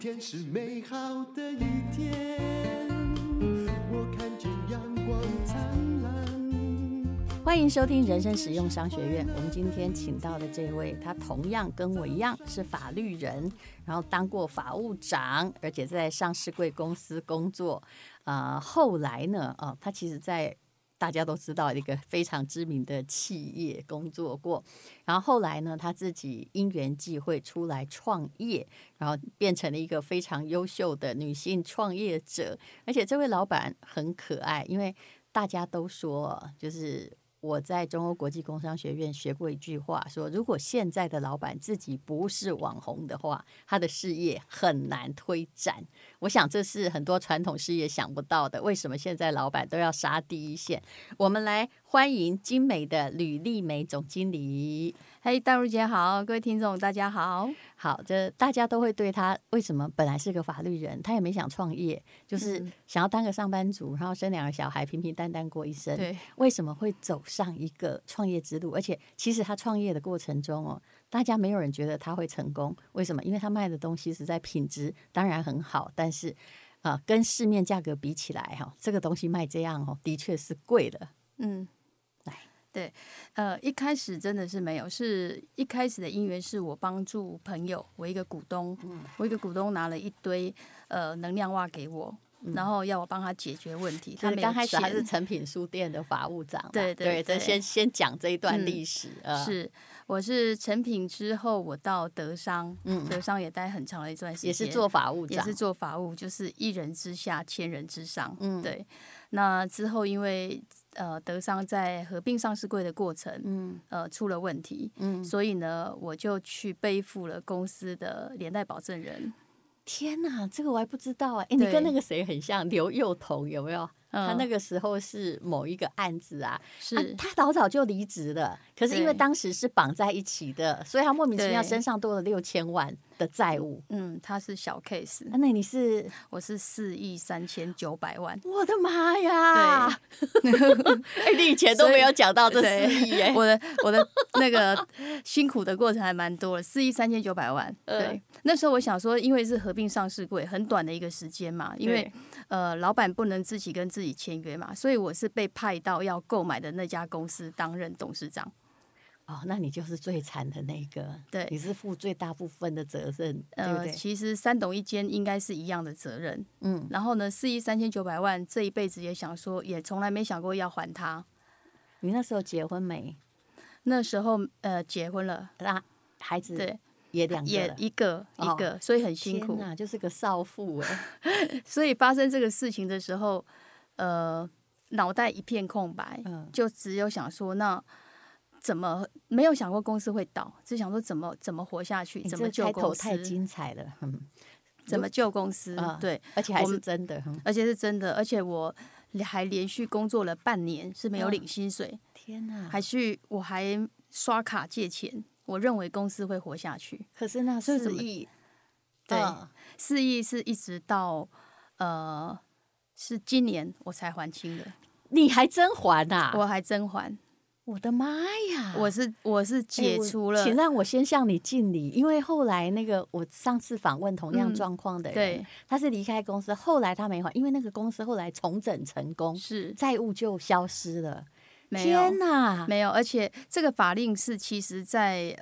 天是美好的一天，我看见阳光灿烂。 欢迎收听人生实用商学院。我们今天请到的这位，他同样跟我一样是法律人，然后当过法务长，而且在上市柜公司工作。后来呢，他其实在大家都知道一个非常知名的企业工作过，然后后来呢，他自己因缘际会出来创业，然后变成了一个非常优秀的女性创业者。而且这位老板很可爱，因为大家都说，就是我在中欧国际工商学院学过一句话，说如果现在的老板自己不是网红的话，他的事业很难推展。我想这是很多传统事业想不到的，为什么现在老板都要杀第一线？我们来欢迎精美的吕丽梅总经理。 嘿，淡如姐好，各位听众大家好。 好，这大家都会对他为什么本来是个法律人，他也没想创业，就是想要当个上班族，然后生2个小孩，平平淡淡过一生。 对， 为什么会走上一个创业之路？而且其实他创业的过程中大家没有人觉得他会成功。为什么？因为他卖的东西实在品质当然很好，但是跟市面价格比起来这个东西卖这样的确是贵的。 对，一开始真的是没有，是一开始的因缘是我帮助朋友，我一个股东，我一个股东拿了一堆能量袜给我。然后要我帮他解决问题，他没有钱。 刚开始他是诚品书店的法务长， 对， 先讲这一段历史。 是，我是诚品之后，我到德商，德商也待很长的一段时间， 也是做法务长， 也是做法务，就是一人之下，千人之上。对。那之后因为德商在合并上市柜的过程，出了问题，所以呢，我就去背负了公司的连带保证人。 天哪，这个我还不知道你跟那个谁很像，刘幼彤有没有？他那个时候是某一个案子是他老早就离职了，可是因为当时是绑在一起的，所以他莫名其妙身上多了6000万的债务。 他是小 case。 那你是？ 我是4.39亿。 我的妈呀！对，你以前都没有讲到这4亿耶。 我的那个辛苦的过程还蛮多的，4.39亿。对，那时候我想说，因为是合并上市柜，很短的一个时间嘛，因为老板不能自己跟自己签约嘛，所以我是被派到要购买的那家公司担任董事长。 那你就是最惨的那个，对，你是负最大部分的责任，对不对？ 其实3董1监应该是一样的责任，然后呢，4.39亿这一辈子也想说，也从来没想过要还他。 你那时候结婚没？ 那时候结婚了， 那孩子对也2个了， 也一个，所以很辛苦。 天哪，就是个少妇所以发生这个事情的时候，脑袋一片空白，就只有想说那。怎么没有想过公司会倒，只想说怎么活下去，怎么救公司。 太精彩了， 怎么救公司？对， 而且还是真的， 而且是真的，而且我还连续工作了半年是没有领薪水。 天哪！ 我还刷卡借钱，我认为公司会活下去。 可是那4亿， 对，4亿是一直到是今年我才还清的。 你还真还啊？ 我还真还。 我的妈呀！ 我是解除了， 请让我先向你敬礼，因为后来那个我上次访问同样状况的人，他是离开公司，后来他没还，因为那个公司后来重整成功， 是债务就消失了。 天哪， 没有，而且这个法令是其实在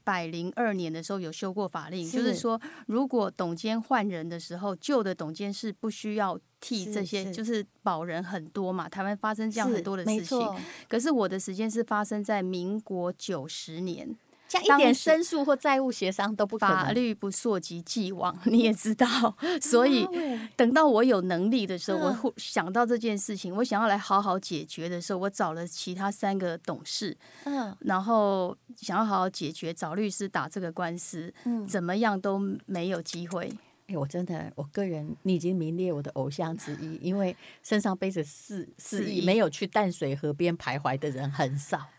102年的时候有修过法令，就是说如果董监换人的时候，旧的董监是不需要替这些，就是保人很多嘛，台湾发生这样很多的事情。可是我的时间是发生在民国90年。 像一点申诉或债务协商都不可能， 法律不溯及既往，你也知道。所以等到我有能力的时候，我想到这件事情，我想要来好好解决的时候，我找了其他3个董事，然后想要好好解决，找律师打这个官司，怎么样都没有机会。 我个人你已经名列我的偶像之一，因为身上背着4亿，没有去淡水河边徘徊的人很少。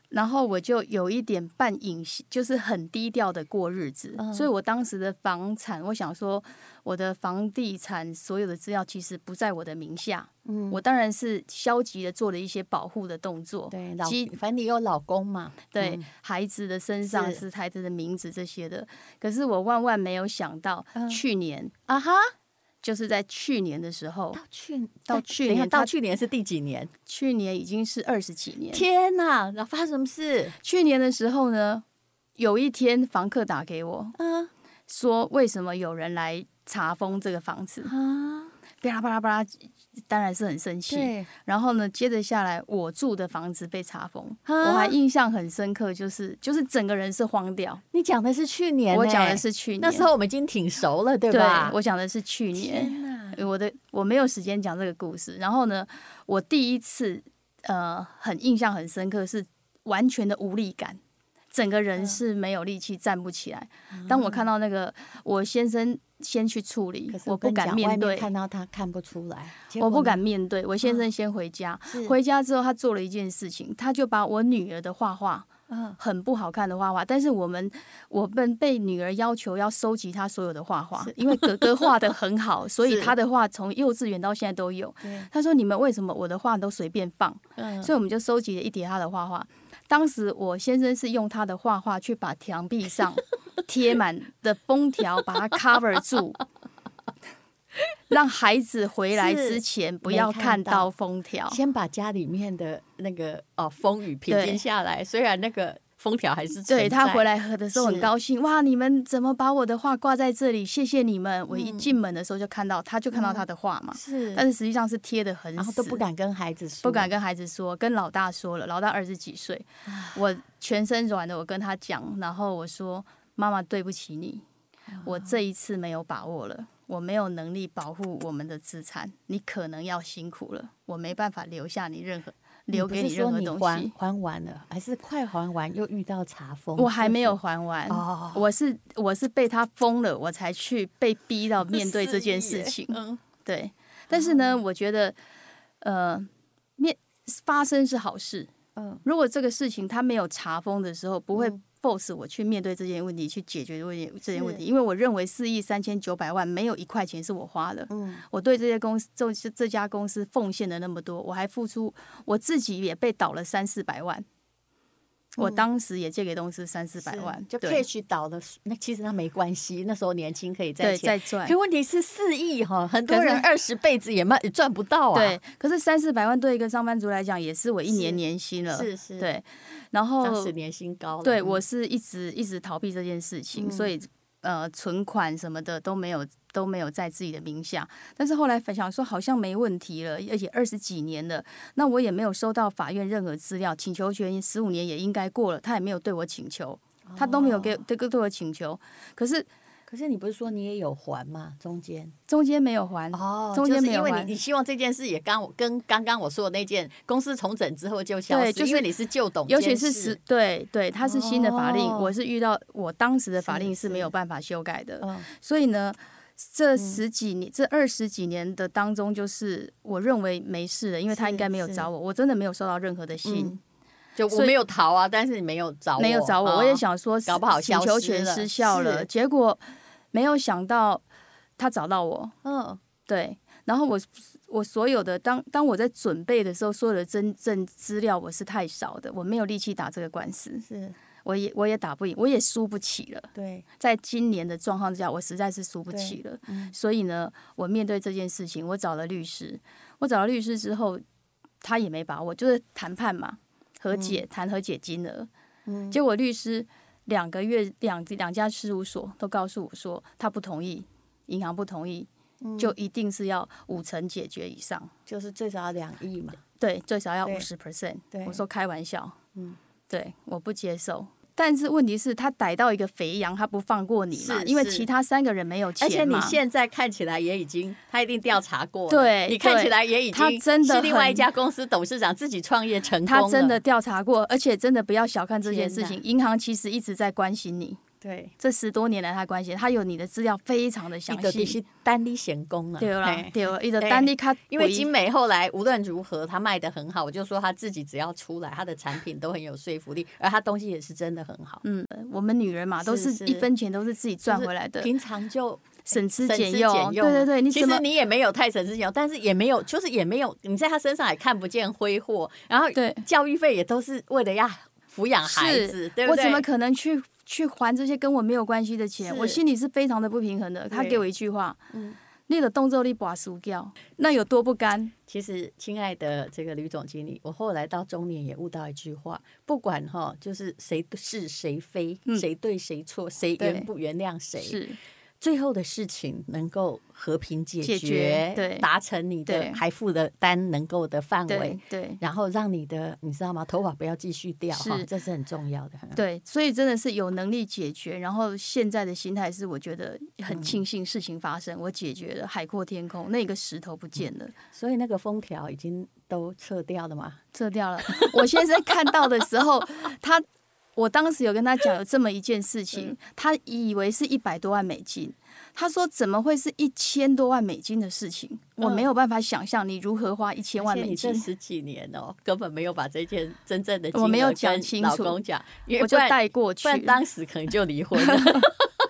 然后我就有一点半隐形，就是很低调的过日子。所以我当时的房产，我想说我的房地产所有的资料其实不在我的名下。我当然是消极的做了一些保护的动作。 对，反正你有老公嘛。 对，孩子的身上是孩子的名字这些的。可是我万万没有想到，去年就是在去年的时候，到去年是第几年？ 去年已经是20几年。 天哪！那发生什么事？ 去年的时候呢，有一天房客打给我，说为什么有人来查封这个房子巴拉巴拉巴拉，当然是很生气。然后呢，接着下来我住的房子被查封，我还印象很深刻，就是整个人是荒掉。 你讲的是去年我讲的是去年， 那时候我们已经挺熟了，对吧？ 对，我讲的是去年。我没有时间讲这个故事。然后呢，我第一次很印象很深刻，是完全的无力感。整个人是没有力气，站不起来。当我看到那个，我先生先去处理，我不敢面对。 看到他看不出来， 我不敢面对。我先生先回家，回家之后他做了一件事情，他就把我女儿的画画，很不好看的画画，但是我们被女儿要求要收集她所有的画画，因为哥哥画得很好，所以他的画从幼稚园到现在都有。他说：“你们为什么我的画都随便放？”所以我们就收集了一叠他的画画。当时我先生是用他的画画去把墙壁上贴满的封条把它 cover 住，让孩子回来之前不要看到封条， 先把家里面的那个风雨平静下来。虽然那个封条还是存在。 对，他回来的时候很高兴，哇！你们怎么把我的画挂在这里？谢谢你们！我一进门的时候就看到他的画嘛，但是实际上是贴得很死， 然后都不敢跟孩子说， 跟老大说了，老大20几岁，我全身软的，我跟他讲，然后我说：“妈妈对不起你，我这一次没有把握了。”我没有能力保护我们的资产，你可能要辛苦了，我没办法留给你任何东西。 还完了，还是快还完又遇到查封？ 我还没有还完，我是被他封了，我才去被逼到面对这件事情。对，但是呢，我觉得发生是好事。如果这个事情他没有查封的时候，不会force我去面对这件问题，去解决这件问题，因为我认为4亿3900万没有1块钱是我花的。我对这家公司奉献了那么多，我还付出，我自己也被倒了300-400万。我当时也借给公司300-400万， 就 cash 倒了。那其实那没关系，那时候年轻可以再赚。 可问题是4亿很多人20辈子也赚不到啊。 对，可是300-400万对一个上班族来讲也是我1年年薪了。 是， 对。然后当时年薪高了。 对，我是一直逃避这件事情，所以存款什么的都没有在自己的名下。但是后来想说好像没问题了，而且20几年了，那我也没有收到法院任何资料，请求权15年也应该过了，他也没有对我请求，他都没有对我请求。可是你不是说你也有还吗？中间没有还中间没有还， 就是因为你希望这件事也跟刚刚我说的那件公司重整之后就消失，因为你是旧董监事， 尤其是对，它是新的法令，我是遇到我当时的法令是没有办法修改的，所以呢，这20几年的当中，就是我认为没事了，因为他应该没有找我真的没有收到任何的信。 就我没有逃啊，但是你没有找我， 我也想说搞不好请求权失效了，结果没有想到他找到我。对，然后我所有的当我在准备的时候，所有的真正资料我是太少的，我没有力气打这个官司，我也打不赢，我也输不起了。 对， 在今年的状况之下，我实在是输不起了。所以呢，我面对这件事情，我找了律师。我找了律师之后，他也没把握，就是谈判嘛。谈和解金额，结果律师2个月两家事务所都告诉我说他不同意，银行不同意，就一定是要5成解决以上， 就是最少要2亿嘛。 对，最少要50%。我说开玩笑，对，我不接受。但是问题是，他逮到一个肥羊，他不放过你嘛？因为其他3个人没有钱嘛。 而且你现在看起来也已经，他一定调查过了。 对， 你看起来也已经， 他真的是另外一家公司董事长自己创业成功了。 他真的调查过，而且真的不要小看这件事情，银行其实一直在关心你。 对， 这10多年来他关系，他有你的资料非常的详细， 是单你显功啊， 对啦，对，伊就单你看， 因为精美后来无论如何他卖得很好，我就说他自己只要出来，他的产品都很有说服力，而他东西也是真的很好。 我们女人嘛，都是1分钱都是自己赚回来的， 平常就省吃俭用，对对对， 其实你也没有太省吃俭用，但是也没有，就是也没有，你在他身上也看不见挥霍，然后教育费也都是为了要抚养孩子，对不对？ 我怎么可能去还这些跟我没有关系的钱？我心里是非常的不平衡的。他给我一句话，你的动作力把输掉，那有多不甘？ 其实，亲爱的这个吕总经理，我后来到中年也悟到一句话：不管就是谁是谁非，谁对谁错，谁原不原谅谁，是最后的事情能够和平解决，对，达成你的还付的单能够的范围，对，然后让你的你知道吗？头发不要继续掉，这是很重要的。 对，所以真的是有能力解决。然后现在的心态是，我觉得很庆幸事情发生，我解决了，海阔天空，那个石头不见了。 所以那个封条已经都撤掉了吗？ 撤掉了。我先生看到的时候，我当时有跟他讲有这么一件事情，他以为是100多万美金，他说怎么会是1000多万美金的事情？我没有办法想象你如何花1000万美金。 你这10几年根本没有把这件真正的金额我没有讲清楚， 老公讲， 我就带过去， 不然当时可能就离婚了。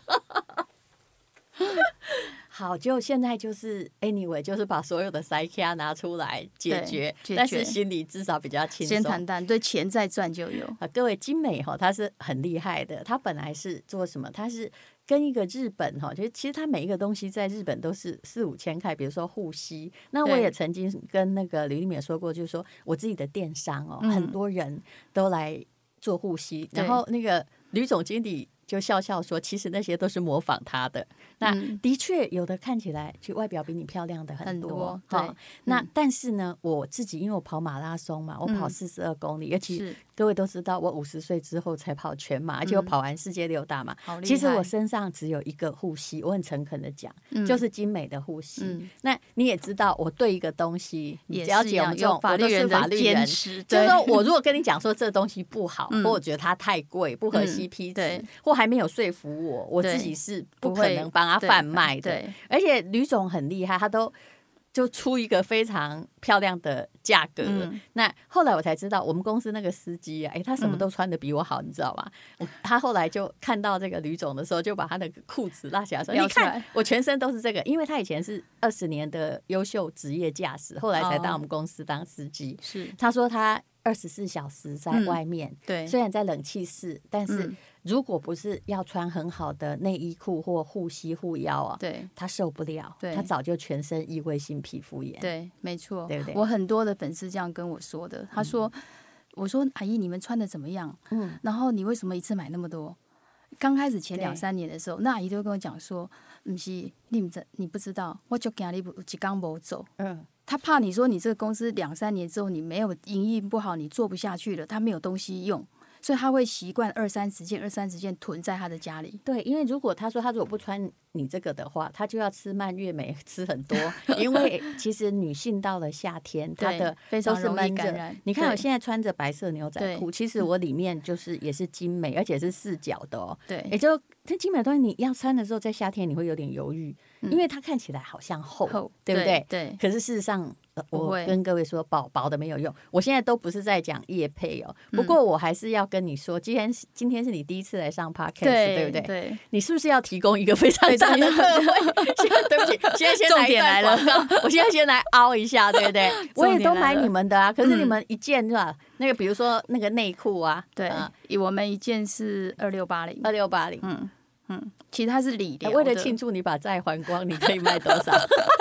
好，就现在就是 anyway， 就是把所有的塞卡拿出来解决，但是心里至少比较轻松。 先谈谈，对，钱再赚就有。 各位，精美他是很厉害的，他本来是做什么？他是跟一个日本就是其实他每一个东西在日本都是4、5千块，比如说护膝。那我也曾经跟那个吕丽美说过，就是说我自己的电商很多人都来做护膝，然后那个吕总经理就笑笑说，其实那些都是模仿他的。那的确有的看起来就外表比你漂亮的很多，对。那但是呢，我自己因为我跑马拉松嘛，我跑42公里，尤其各位都知道我50岁之后才跑全马，而且我跑完世界6大马。其实我身上只有一个护膝，我很诚恳的讲，就是精美的护膝。那你也知道，我对一个东西，你了解我们这种法律人的坚持， 就是说我如果跟你讲说这东西不好，或我觉得它太贵，不合 CP 值，或还没有说服我自己是不可能帮他贩卖的。而且吕总很厉害，他都就出一个非常漂亮的价格。那后来我才知道，我们公司那个司机啊，他什么都穿得比我好，你知道吗？他后来就看到这个吕总的时候，就把他的裤子拉起来说：“你看，我全身都是这个。”因为他以前是20年的优秀职业驾驶，后来才到我们公司当司机。是，他说他24小时在外面，对，虽然在冷气室，但是如果不是要穿很好的内衣裤或护膝护腰啊，对，他受不了，他早就全身异位性皮肤炎。 对，没错， 对不对？ 我很多的粉丝这样跟我说的，他说：“我说阿姨，你们穿的怎么样？然后你为什么一次买那么多？”刚开始前2、3年的时候，那阿姨都跟我讲说：“不是，你不知道，我就怕你一天没走。”他怕你说你这个公司2、3年之后你没有营运不好，你做不下去了，他没有东西用。所以他会习惯20-30件囤在他的家里。 对，因为如果他如果不穿你这个的话，他就要吃蔓越莓，吃很多。因为其实女性到了夏天，她的都是闷热。你看我现在穿着白色牛仔裤，其实我里面就是也是精美，而且是4角的对，也就这精美的东西你要穿的时候，在夏天你会有点犹豫，因为它看起来好像厚，对不对？对。可是事实上，我跟各位说，薄的没有用。我现在都不是在讲业配不过我还是要跟你说，今天是你第一次来上 podcast， 对不对？对。你是不是要提供一个非常大的特惠？对不起，现在先来一段广告，我现在先来凹一下，对不对？我也都买你们的啊，可是你们一件是吧？那个比如说那个内裤啊， 对，我们一件是 2680， 其实它是理疗的。 为了庆祝你把债还光，你可以卖多少？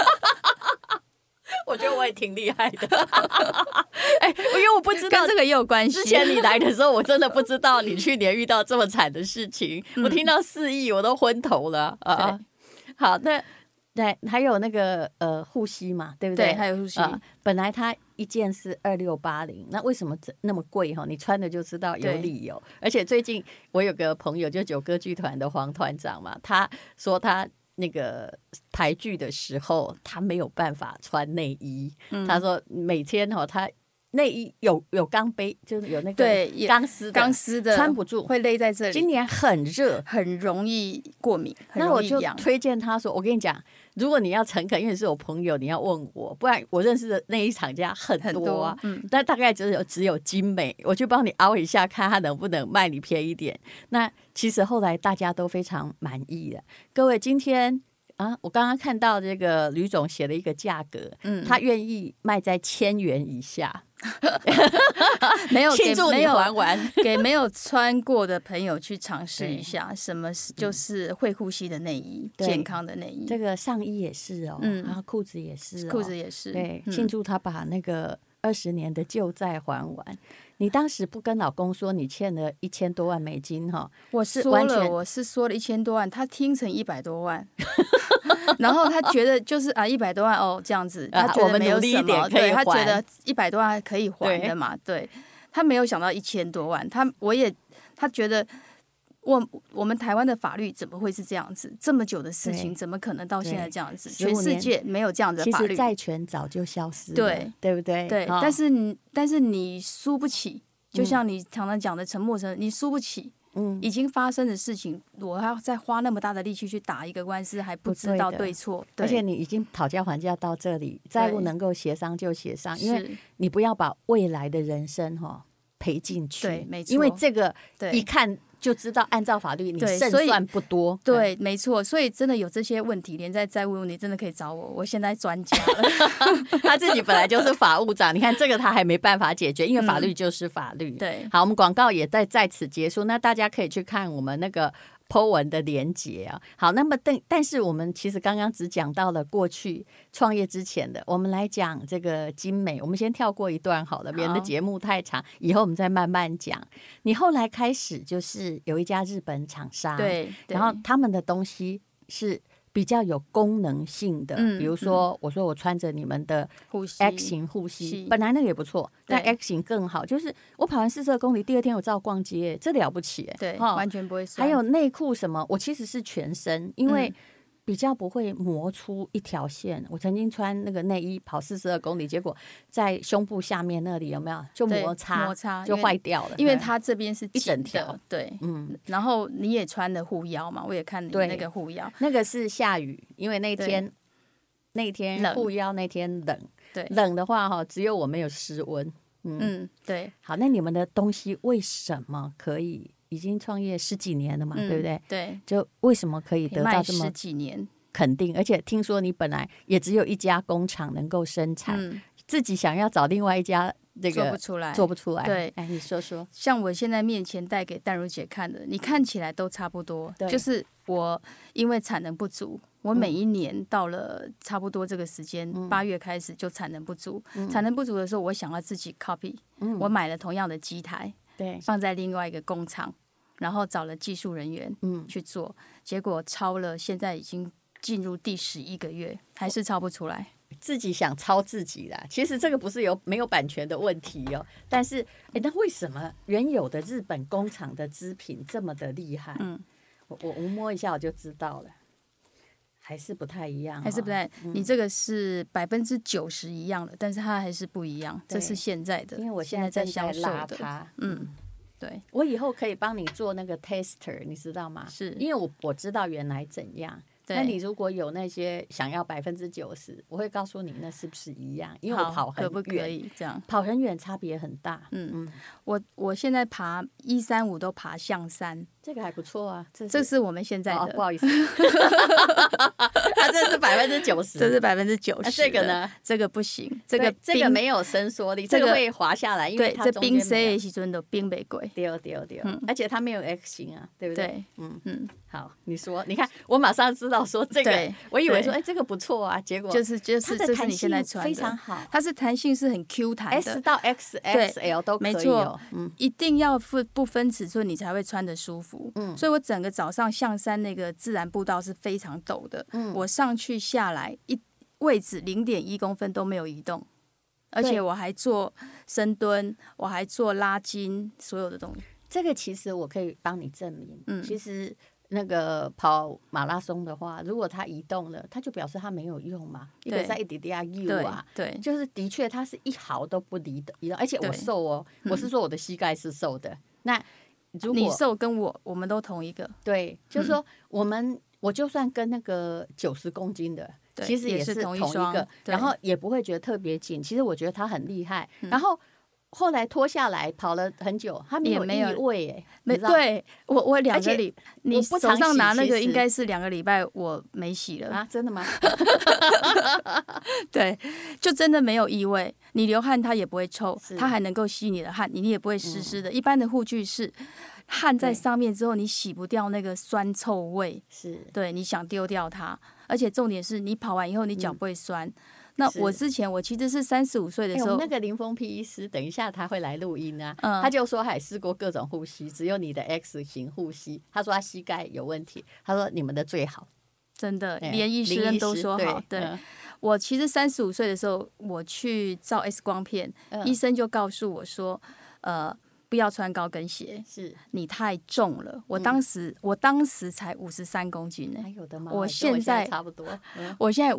我觉得我也挺厉害的，因为我不知道跟这个也有关系。 之前你来的时候，我真的不知道你去年遇到这么惨的事情。我听到4亿，我都昏头了啊！好，那对，还有那个护膝嘛，对不对？ 对，还有护膝。 本来它一件是2680，那为什么那么贵哈？你穿的就知道有理由。而且最近我有个朋友，就9歌剧团的黄团长嘛，他说他那个排剧的时候，他没有办法穿内衣。他说每天他内衣有钢杯，就是有那个对钢丝的穿不住， 会勒在这里。 今年很热， 很容易过敏，很容易痒。 那我就推荐他说，我跟你讲，如果你要诚恳，因为是我朋友，你要问我，不然我认识的内衣厂家很多啊，但大概只有精美，我去帮你凹一下，看他能不能卖你便宜一点。那其实后来大家都非常满意的。各位，今天我刚刚看到这个吕总写了一个价格，他愿意卖在1000元以下。 没有庆祝你还完， 给没有穿过的朋友去尝试一下，什么就是会呼吸的内衣，健康的内衣。 这个上衣也是哦，然后裤子也是， 裤子也是。 对，庆祝他把那个20年的旧债还完。你当时不跟老公说你欠了1000多万美金哈？ 我是说了1000多万，他听成100多万。然后他觉得就是100多万这样子，他觉得没有什么，对，他觉得100多万可以还的嘛，对，他没有想到1000多万，他觉得我们台湾的法律怎么会是这样子？这么久的事情，怎么可能到现在这样子？全世界没有这样的法律， 其实债权早就消失了，对不对？ 对，但是你输不起，就像你常常讲的沉没成本，你输不起。已经发生的事情，我还要再花那么大的力气去打一个官司，还不知道对错。 而且你已经讨价还价到这里，债务能够协商就协商，因为你不要把未来的人生赔进去。 对，没错。 因为这个一看就知道，按照法律你胜算不多。 对，没错。所以真的有这些问题，连在债务问题真的可以找我，我现在专家了。 他自己本来就是法务长，你看这个他还没办法解决，因为法律就是法律。 对， 好，我们广告也在此结束，那大家可以去看我们那个po 文的连结啊。好，那么但是我们其实刚刚只讲到了过去创业之前的，我们来讲这个精美。我们先跳过一段好了，免得节目太长，以后我们再慢慢讲。你后来开始就是有一家日本厂商， 对， 然后他们的东西是比较有功能性的，比如说我说我穿着你们的 X 型护膝，本来那个也不错，但 X 型更好。就是我跑完42公里，第二天我照逛街，这了不起， 对，完全不会酸。 还有内裤什么，我其实是全身，因为比较不会磨出一条线。我曾经穿那个内衣跑42公里，结果在胸部下面那里有没有就摩擦就坏掉了， 因为它这边是一整条。 对，然后你也穿了护腰嘛，我也看你那个护腰， 那个是下雨，因为那天护腰那天冷， 对， 冷的话只有我没有失温。 对。 好，那你们的东西为什么可以？已经创业10几年了嘛，对不对？ 对， 就为什么可以得到这么 10几年肯定？而且听说你本来也只有一家工厂能够生产，自己想要找另外一家，这个做不出来。 对， 你说说。 像我现在面前带给淡如姐看的，你看起来都差不多，就是我因为产能不足。我每一年到了差不多这个时间，8月开始就产能不足。产能不足的时候，我想要自己 copy，我买了同样的机台， 对， 放在另外一个工厂，然后找了技术人员去做，结果抄了，现在已经进入第11个月，还是抄不出来。 自己想抄自己啦，其实这个不是没有版权的问题哦，但是那为什么原有的日本工厂的织品这么的厉害？我摸一下我就知道了。还是不太一样， 还是不太。你这个是90%一样的，但是它还是不一样。这是现在的， 因为我现在在销售的。 对， 我以后可以帮你做那个 tester， 你知道吗？ 是因为我知道原来怎样。那你如果有那些想要90%，我会告诉你那是不是一样？因为我跑很远， 可不可以这样？ 跑很远差别很大。 我现在爬135都爬象山， 这个还不错啊。 这是我们现在的， 不好意思，这是90%， 这是90%。 这个呢？ 这个不行，这个没有伸缩力，这个会滑下来，因为它这冰塞的时阵都冰不过。 对，而且它没有 X 型啊，对不对？好，你说，你看，我马上知道说这个，我以为说，这个不错啊，结果就是这是你现在穿的非常好， 它是弹性是很 Q 弹的 ，S 到 XXL 都可以， 没错，一定要不分尺寸你才会穿得舒服。所以我整个早上象山那个自然步道是非常陡的，我上去下来位置0.1公分都没有移动，而且我还做深蹲，我还做拉筋，所有的东西。 这个其实我可以帮你证明，其实那个跑马拉松的话，如果它移动了，它就表示它没有用嘛，一个在一点点U 啊， 对， 就是的确它是一毫都不移动，而且我瘦哦，我是说我的膝盖是瘦的。那如果你瘦跟我们都同一个， 对，就是说我就算跟那个90公斤的，其实也是同一双个，然后也不会觉得特别紧。其实我觉得他很厉害，然后。后来脱下来跑了很久，他没有异味哎， 没对我2个礼拜，你手上拿那个应该是2个礼拜，我没洗了啊，真的吗？ 对，就真的没有异味，你流汗它也不会臭，它还能够吸你的汗，你也不会湿湿的。一般的护具是汗在上面之后，你洗不掉那个酸臭味， 是对，你想丢掉它，而且重点是你跑完以后你脚不会酸。那我之前我其实是35岁的时候， 那个林峰皮医师，等一下他会来录音啊，他就说他也试过各种护膝，只有你的 X 型护膝，他说他膝盖有问题，他说你们的最好， 真的连医生都说好。对，我其实35岁的时候，我去照 X 光片，医生就告诉我说，不要穿高跟鞋， 是你太重了。我当时才53公斤呢， 还有的吗？ 我现在差不多， 我现在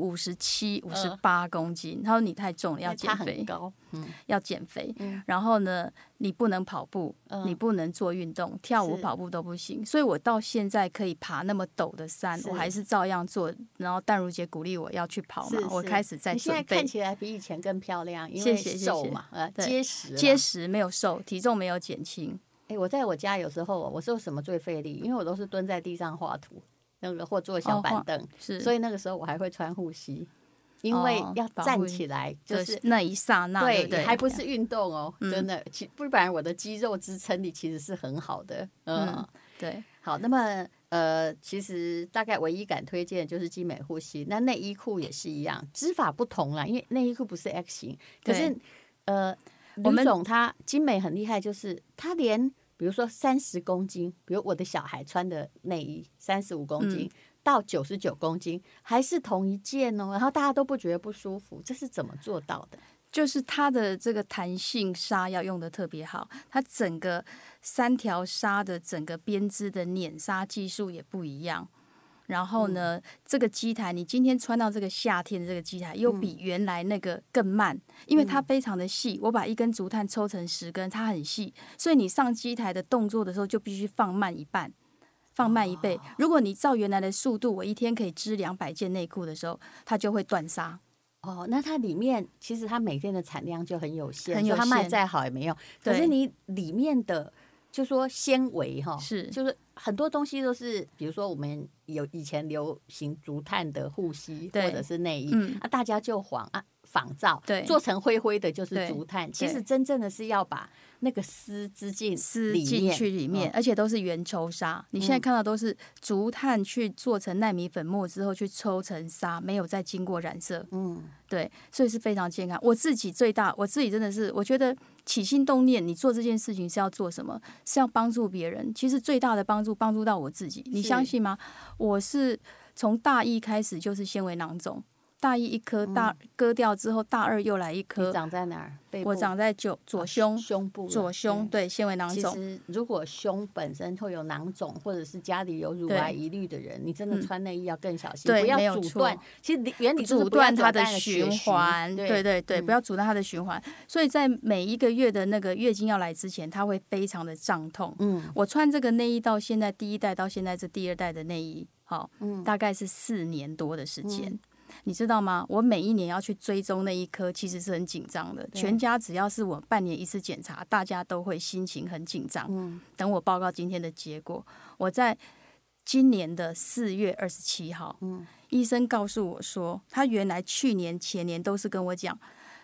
57、58公斤。他说你太重了，要减肥，要减肥。然后呢，你不能跑步，你不能做运动，跳舞、跑步都不行。所以我到现在可以爬那么陡的山，我还是照样做。然后淡如姐鼓励我要去跑嘛，我开始在准备。你现在看起来比以前更漂亮，因为瘦嘛，结实， 没有瘦，体重没有减轻。 我在我家有时候我说什么最费力，因为我都是蹲在地上画图，那个或坐小板凳，所以那个时候我还会穿护膝，因为要站起来就是那一刹那，对， 还不是运动哦，真的，不然我的肌肉支撑力其实是很好的， 对。 好，那么其实大概唯一敢推荐的就是肌美护膝，那内衣裤也是一样，织法不同啦，因为内衣裤不是 X 型，可是吕总他精美很厉害，就是他连比如说30公斤，比如我的小孩穿的内衣35公斤到99公斤还是同一件哦，然后大家都不觉得不舒服，这是怎么做到的？ 就是它的这个弹性纱要用的特别好，它整个3条纱的整个编织的捻纱技术也不一样。然后呢，这个机台你今天穿到这个夏天的这个机台，又比原来那个更慢，因为它非常的细。我把一根竹炭抽成10根，它很细，所以你上机台的动作的时候就必须放慢一半，放慢1倍。如果你照原来的速度，我一天可以织200件内裤的时候，它就会断纱。 那它里面其实它每天的产量就很有限，它卖再好也没用。可是你里面的就说纤维哈，就是很多东西都是，比如说我们有以前流行竹炭的护膝或者是内衣，大家就仿造，做成灰灰的就是竹炭。其实真正的是要把那个丝织进去里面，而且都是原抽纱。你现在看到都是竹炭去做成奈米粉末之后去抽成纱，没有再经过染色。对，所以是非常健康。我自己真的是，我觉得起心动念，你做这件事情是要做什么？是要帮助别人。其实最大的帮助到我自己，你相信吗？我是从大1开始就是纤维囊肿。大1一颗，割掉之后，大2又来一颗。 你长在哪儿？ 我长在左胸， 胸部。 左胸对纤维囊肿。 其实如果胸本身会有囊肿，或者是家里有乳癌疑虑的人，你真的穿内衣要更小心，不要阻断。其实原理就是阻断它的循环。对，不要阻断它的循环。所以在每一个月的那个月经要来之前，它会非常的胀痛。我穿这个内衣到现在第1代到现在这第2代的内衣，大概是4年多的时间。你知道吗？我每一年要去追踪那一颗，其实是很紧张的。全家只要是我半年一次检查，大家都会心情很紧张。等我报告今天的结果，我在今年的4月27号，医生告诉我说，他原来去年前年都是跟我讲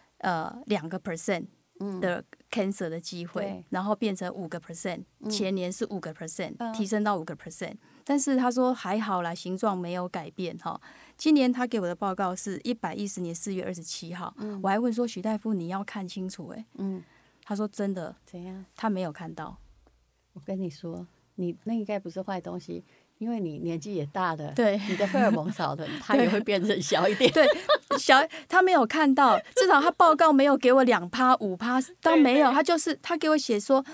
，2% 的 cancer 的机会，然后变成5%，前年是5%，提升到5%。但是他说还好啦，形状没有改变哈。今年他给我的报告是110年4月27号，我还问说许大夫你要看清楚他说真的， 怎样？ 他没有看到。 我跟你说，你那应该不是坏东西， 因为你年纪也大了， 对， 你的荷尔蒙少了，他也会变成小一点。 对，他没有看到，至少他报告没有给我2%、5%，当没有，他给我写说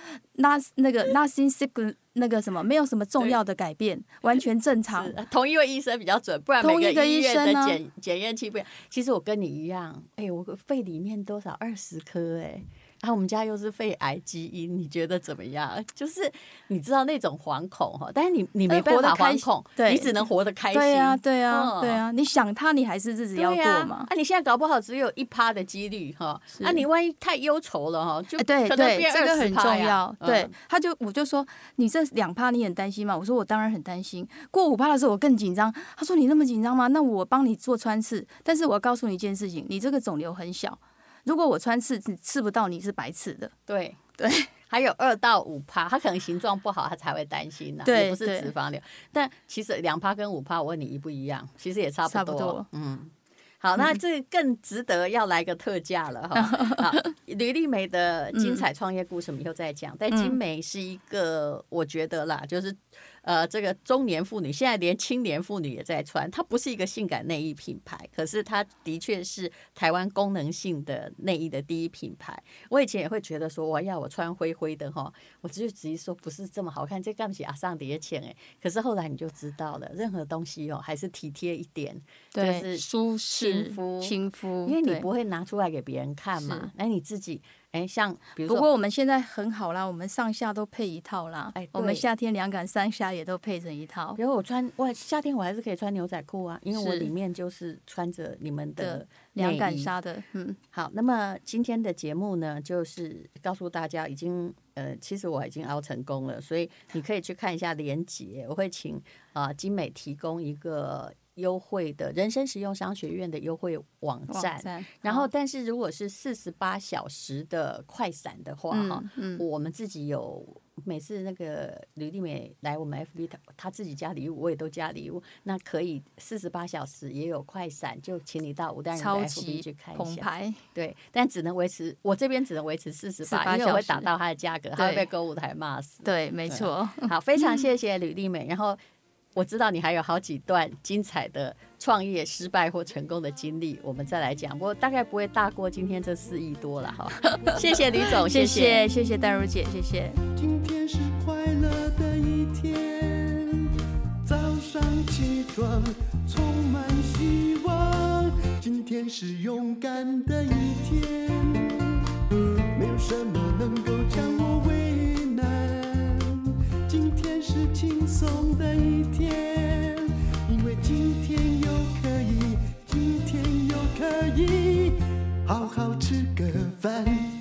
nothing significant。那个什么，没有什么重要的改变，完全正常。 同一位医生比较准，不然每个医院的检验器不一样。其实我跟你一样，我肺里面多少20颗然后我们家又是肺癌基因，你觉得怎么样？就是你知道那种惶恐哈，但是你没办法惶恐，你只能活得开心。 对啊，你想他，你还是日子要过嘛。 你现在搞不好只有1%的几率哈，你万一太忧愁了哈，就对， 可能变20% 这个很重要。对，我就说你这2%你很担心吗？我说我当然很担心。过5%的时候我更紧张。他说你那么紧张吗？那我帮你做穿刺，但是我要告诉你一件事情，你这个肿瘤很小。如果我穿刺你刺不到，你是白刺的。 对，还有2到5%，他可能形状不好，他才会担心也不是脂肪瘤。但其实2%跟5%，我问你一不一样？其实也差不多。好，那这更值得要来个特价了哈。好，吕丽梅的精彩创业故事我们以后再讲。但金梅是一个，我觉得啦，就是这个中年妇女，现在连青年妇女也在穿。它不是一个性感内衣品牌，可是它的确是台湾功能性的内衣的第一品牌。我以前也会觉得说，我穿灰灰的哈，我就直接说不是这么好看，这干不起啊上叠钱可是后来你就知道了，任何东西还是体贴一点，就是舒适。亲肤， 因为你不会拿出来给别人看嘛，那你自己像比如说， 不过我们现在很好啦，我们上下都配一套啦。我们夏天2杆3下也都配成一套。 比如我夏天我还是可以穿牛仔裤啊，因为我里面就是穿着你们的 2杆纱的。 好，那么今天的节目呢，就是告诉大家已经其实我已经熬成功了，所以你可以去看一下连结，我会请金美提供一个优惠的人生实用商学院的优惠网站，然后但是如果是48小时的快闪的话我们自己有每次那个吕丽美来我们 FB 她自己加礼物，我也都加礼物，那可以48小时也有快闪，就请你到吴淡如的 FB 去看一下。对，但只能维持，我这边只能维持48，因为我会打到它的价格，它会被购物台骂死。 对，没错。 好，非常谢谢吕丽美，然后我知道你还有好几段精彩的创业失败或成功的经历，我们再来讲。我大概不会大过今天这4亿多了哈。谢谢吕总，谢谢淡如姐，谢谢。 今天是快乐的一天，早上起床充满希望。今天是勇敢的一天，没有什么能够将我为难。今天是轻松的一天，因为今天又可以好好吃个饭。